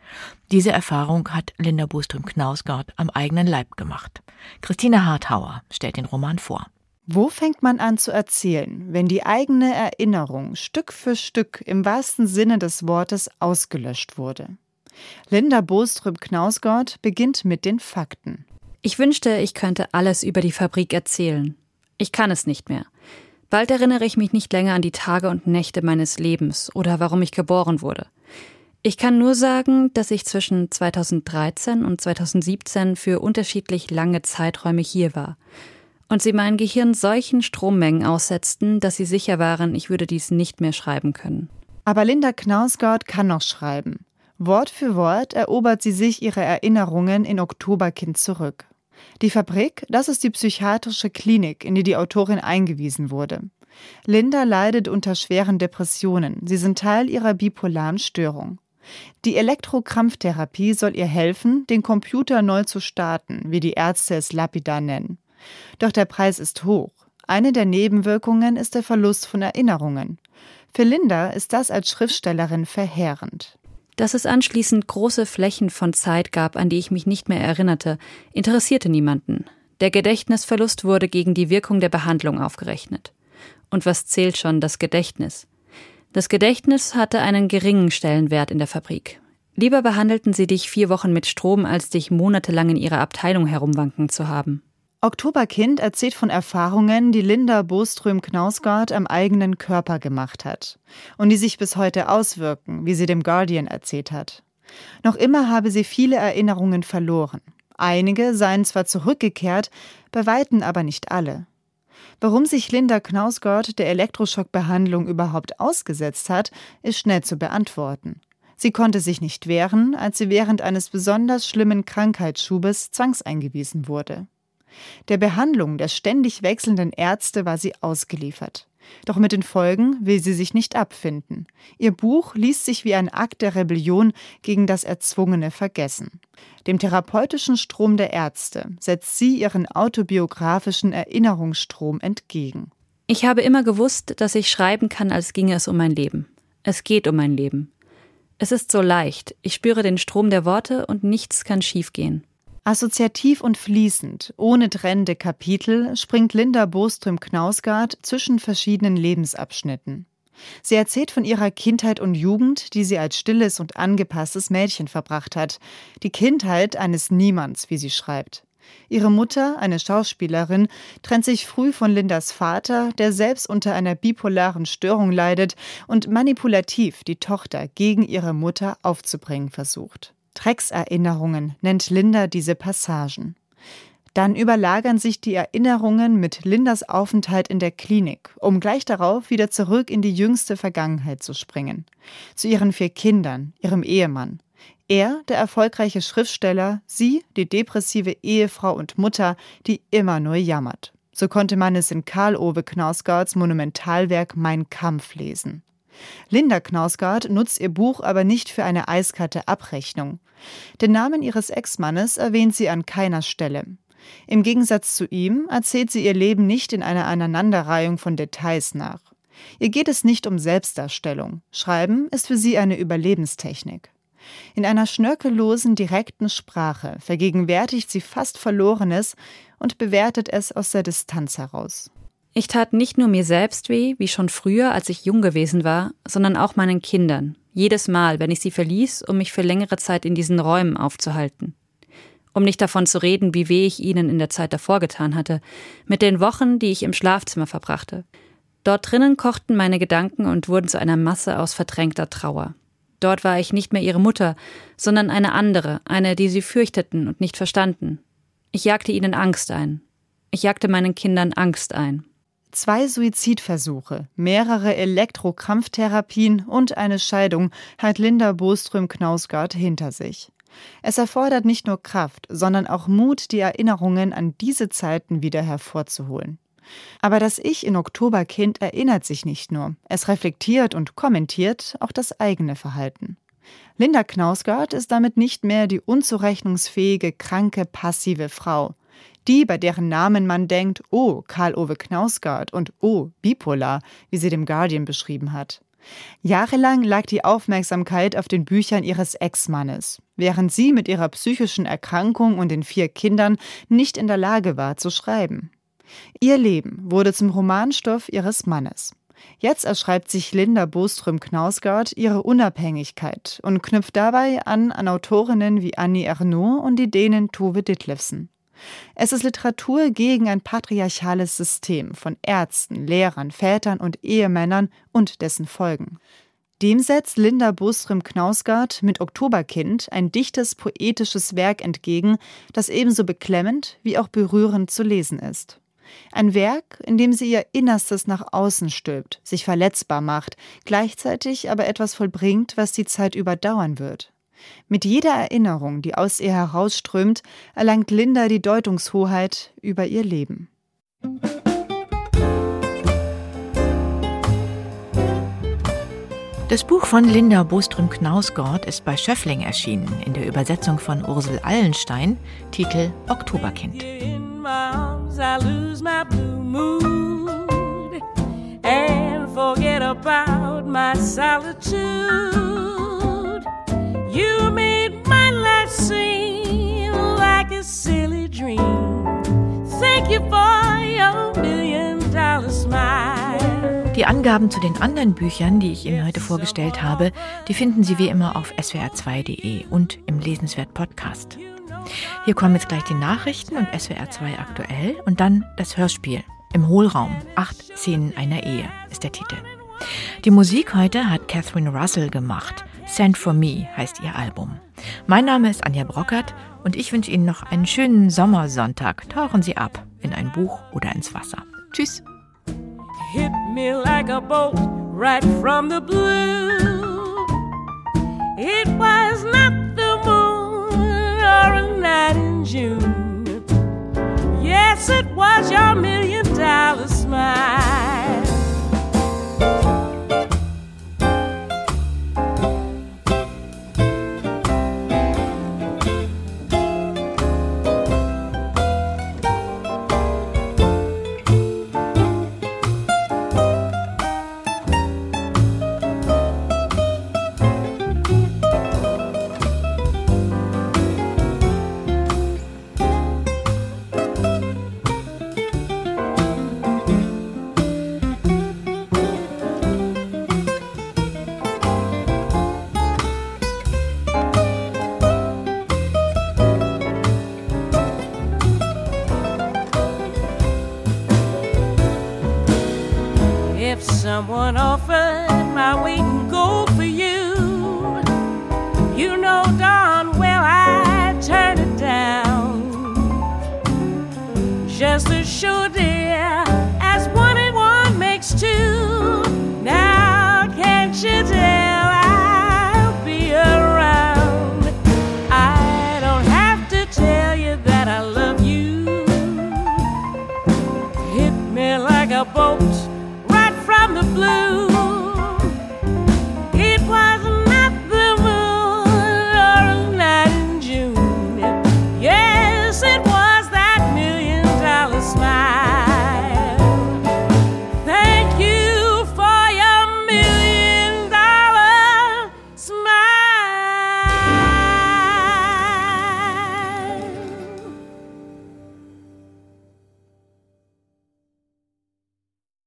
Diese Erfahrung hat Linda Boström-Knausgård am eigenen Leib gemacht. Christine Harthauer stellt den Roman vor. Wo fängt man an zu erzählen, wenn die eigene Erinnerung Stück für Stück im wahrsten Sinne des Wortes ausgelöscht wurde? Linda Boström-Knausgård beginnt mit den Fakten. Ich wünschte, ich könnte alles über die Fabrik erzählen. Ich kann es nicht mehr. Bald erinnere ich mich nicht länger an die Tage und Nächte meines Lebens oder warum ich geboren wurde. Ich kann nur sagen, dass ich zwischen zweitausenddreizehn und zweitausendsiebzehn für unterschiedlich lange Zeiträume hier war und sie mein Gehirn solchen Strommengen aussetzten, dass sie sicher waren, ich würde dies nicht mehr schreiben können. Aber Linda Knausgård kann noch schreiben. Wort für Wort erobert sie sich ihre Erinnerungen in Oktoberkind zurück. Die Fabrik, das ist die psychiatrische Klinik, in die die Autorin eingewiesen wurde. Linda leidet unter schweren Depressionen. Sie sind Teil ihrer bipolaren Störung. Die Elektrokrampftherapie soll ihr helfen, den Computer neu zu starten, wie die Ärzte es lapidar nennen. Doch der Preis ist hoch. Eine der Nebenwirkungen ist der Verlust von Erinnerungen. Für Linda ist das als Schriftstellerin verheerend. Dass es anschließend große Flächen von Zeit gab, an die ich mich nicht mehr erinnerte, interessierte niemanden. Der Gedächtnisverlust wurde gegen die Wirkung der Behandlung aufgerechnet. Und was zählt schon das Gedächtnis? Das Gedächtnis hatte einen geringen Stellenwert in der Fabrik. Lieber behandelten sie dich vier Wochen mit Strom, als dich monatelang in ihrer Abteilung herumwanken zu haben. Oktoberkind erzählt von Erfahrungen, die Linda Boström-Knausgård am eigenen Körper gemacht hat und die sich bis heute auswirken, wie sie dem Guardian erzählt hat. Noch immer habe sie viele Erinnerungen verloren. Einige seien zwar zurückgekehrt, bei weitem aber nicht alle. Warum sich Linda Knausgård der Elektroschockbehandlung überhaupt ausgesetzt hat, ist schnell zu beantworten. Sie konnte sich nicht wehren, als sie während eines besonders schlimmen Krankheitsschubes zwangseingewiesen wurde. Der Behandlung der ständig wechselnden Ärzte war sie ausgeliefert. Doch mit den Folgen will sie sich nicht abfinden. Ihr Buch liest sich wie ein Akt der Rebellion gegen das erzwungene Vergessen. Dem therapeutischen Strom der Ärzte setzt sie ihren autobiografischen Erinnerungsstrom entgegen. Ich habe immer gewusst, dass ich schreiben kann, als ginge es um mein Leben. Es geht um mein Leben. Es ist so leicht. Ich spüre den Strom der Worte und nichts kann schiefgehen. Assoziativ und fließend, ohne trennende Kapitel, springt Linda Boström-Knausgård zwischen verschiedenen Lebensabschnitten. Sie erzählt von ihrer Kindheit und Jugend, die sie als stilles und angepasstes Mädchen verbracht hat. Die Kindheit eines Niemands, wie sie schreibt. Ihre Mutter, eine Schauspielerin, trennt sich früh von Lindas Vater, der selbst unter einer bipolaren Störung leidet und manipulativ die Tochter gegen ihre Mutter aufzubringen versucht. Dreckserinnerungen nennt Linda diese Passagen. Dann überlagern sich die Erinnerungen mit Lindas Aufenthalt in der Klinik, um gleich darauf wieder zurück in die jüngste Vergangenheit zu springen. Zu ihren vier Kindern, ihrem Ehemann. Er, der erfolgreiche Schriftsteller, sie, die depressive Ehefrau und Mutter, die immer nur jammert. So konnte man es in Karl Ove Knausgårds Monumentalwerk Mein Kampf lesen. Linda Knausgård nutzt ihr Buch aber nicht für eine eiskalte Abrechnung. Den Namen ihres Ex-Mannes erwähnt sie an keiner Stelle. Im Gegensatz zu ihm erzählt sie ihr Leben nicht in einer Aneinanderreihung von Details nach. Ihr geht es nicht um Selbstdarstellung. Schreiben ist für sie eine Überlebenstechnik. In einer schnörkellosen, direkten Sprache vergegenwärtigt sie fast Verlorenes und bewertet es aus der Distanz heraus. Ich tat nicht nur mir selbst weh, wie schon früher, als ich jung gewesen war, sondern auch meinen Kindern. Jedes Mal, wenn ich sie verließ, um mich für längere Zeit in diesen Räumen aufzuhalten. Um nicht davon zu reden, wie weh ich ihnen in der Zeit davor getan hatte, mit den Wochen, die ich im Schlafzimmer verbrachte. Dort drinnen kochten meine Gedanken und wurden zu einer Masse aus verdrängter Trauer. Dort war ich nicht mehr ihre Mutter, sondern eine andere, eine, die sie fürchteten und nicht verstanden. Ich jagte ihnen Angst ein. Ich jagte meinen Kindern Angst ein. Zwei Suizidversuche, mehrere Elektrokrampftherapien und eine Scheidung hat Linda Boström-Knausgård hinter sich. Es erfordert nicht nur Kraft, sondern auch Mut, die Erinnerungen an diese Zeiten wieder hervorzuholen. Aber das Ich in Oktoberkind erinnert sich nicht nur, es reflektiert und kommentiert auch das eigene Verhalten. Linda Knausgård ist damit nicht mehr die unzurechnungsfähige, kranke, passive Frau. Die, bei deren Namen man denkt, oh, Karl Ove Knausgård und oh, bipolar, wie sie dem Guardian beschrieben hat. Jahrelang lag die Aufmerksamkeit auf den Büchern ihres Ex-Mannes, während sie mit ihrer psychischen Erkrankung und den vier Kindern nicht in der Lage war zu schreiben. Ihr Leben wurde zum Romanstoff ihres Mannes. Jetzt erschreibt sich Linda Boström-Knausgard ihre Unabhängigkeit und knüpft dabei an an Autorinnen wie Annie Ernaux und die Dänin Tove Ditlevsen. Es ist Literatur gegen ein patriarchales System von Ärzten, Lehrern, Vätern und Ehemännern und dessen Folgen. Dem setzt Linda Boström-Knausgard mit Oktoberkind ein dichtes, poetisches Werk entgegen, das ebenso beklemmend wie auch berührend zu lesen ist. Ein Werk, in dem sie ihr Innerstes nach außen stülpt, sich verletzbar macht, gleichzeitig aber etwas vollbringt, was die Zeit überdauern wird. Mit jeder Erinnerung, die aus ihr herausströmt, erlangt Linda die Deutungshoheit über ihr Leben. Das Buch von Linda Boström-Knausgard ist bei Schöffling erschienen, in der Übersetzung von Ursel Allenstein, Titel Oktoberkind. I lose my blue mood and forget about my solitude. You made my life seem like a silly dream. Thank you for your million dollar smile. Die Angaben zu den anderen Büchern, die ich Ihnen heute vorgestellt habe, die finden Sie wie immer auf s w r zwei punkt de und im Lesenswert Podcast. Hier kommen jetzt gleich die Nachrichten und S W R zwei aktuell und dann das Hörspiel Im Hohlraum. Acht Szenen einer Ehe ist der Titel. Die Musik heute hat Catherine Russell gemacht. Send for Me heißt ihr Album. Mein Name ist Anja Brockert und ich wünsche Ihnen noch einen schönen Sommersonntag. Tauchen Sie ab in ein Buch oder ins Wasser. Tschüss. Hit me like a bolt right from the blue. It was not the moon or a night in June. Yes, it was your million dollar smile. If someone offered my weight in gold for you, you know darn well I'd turn it down. Just as sure, dear, as one and one makes two. Now can't you tell I'll be around? I don't have to tell you that I love you. Hit me like a bolt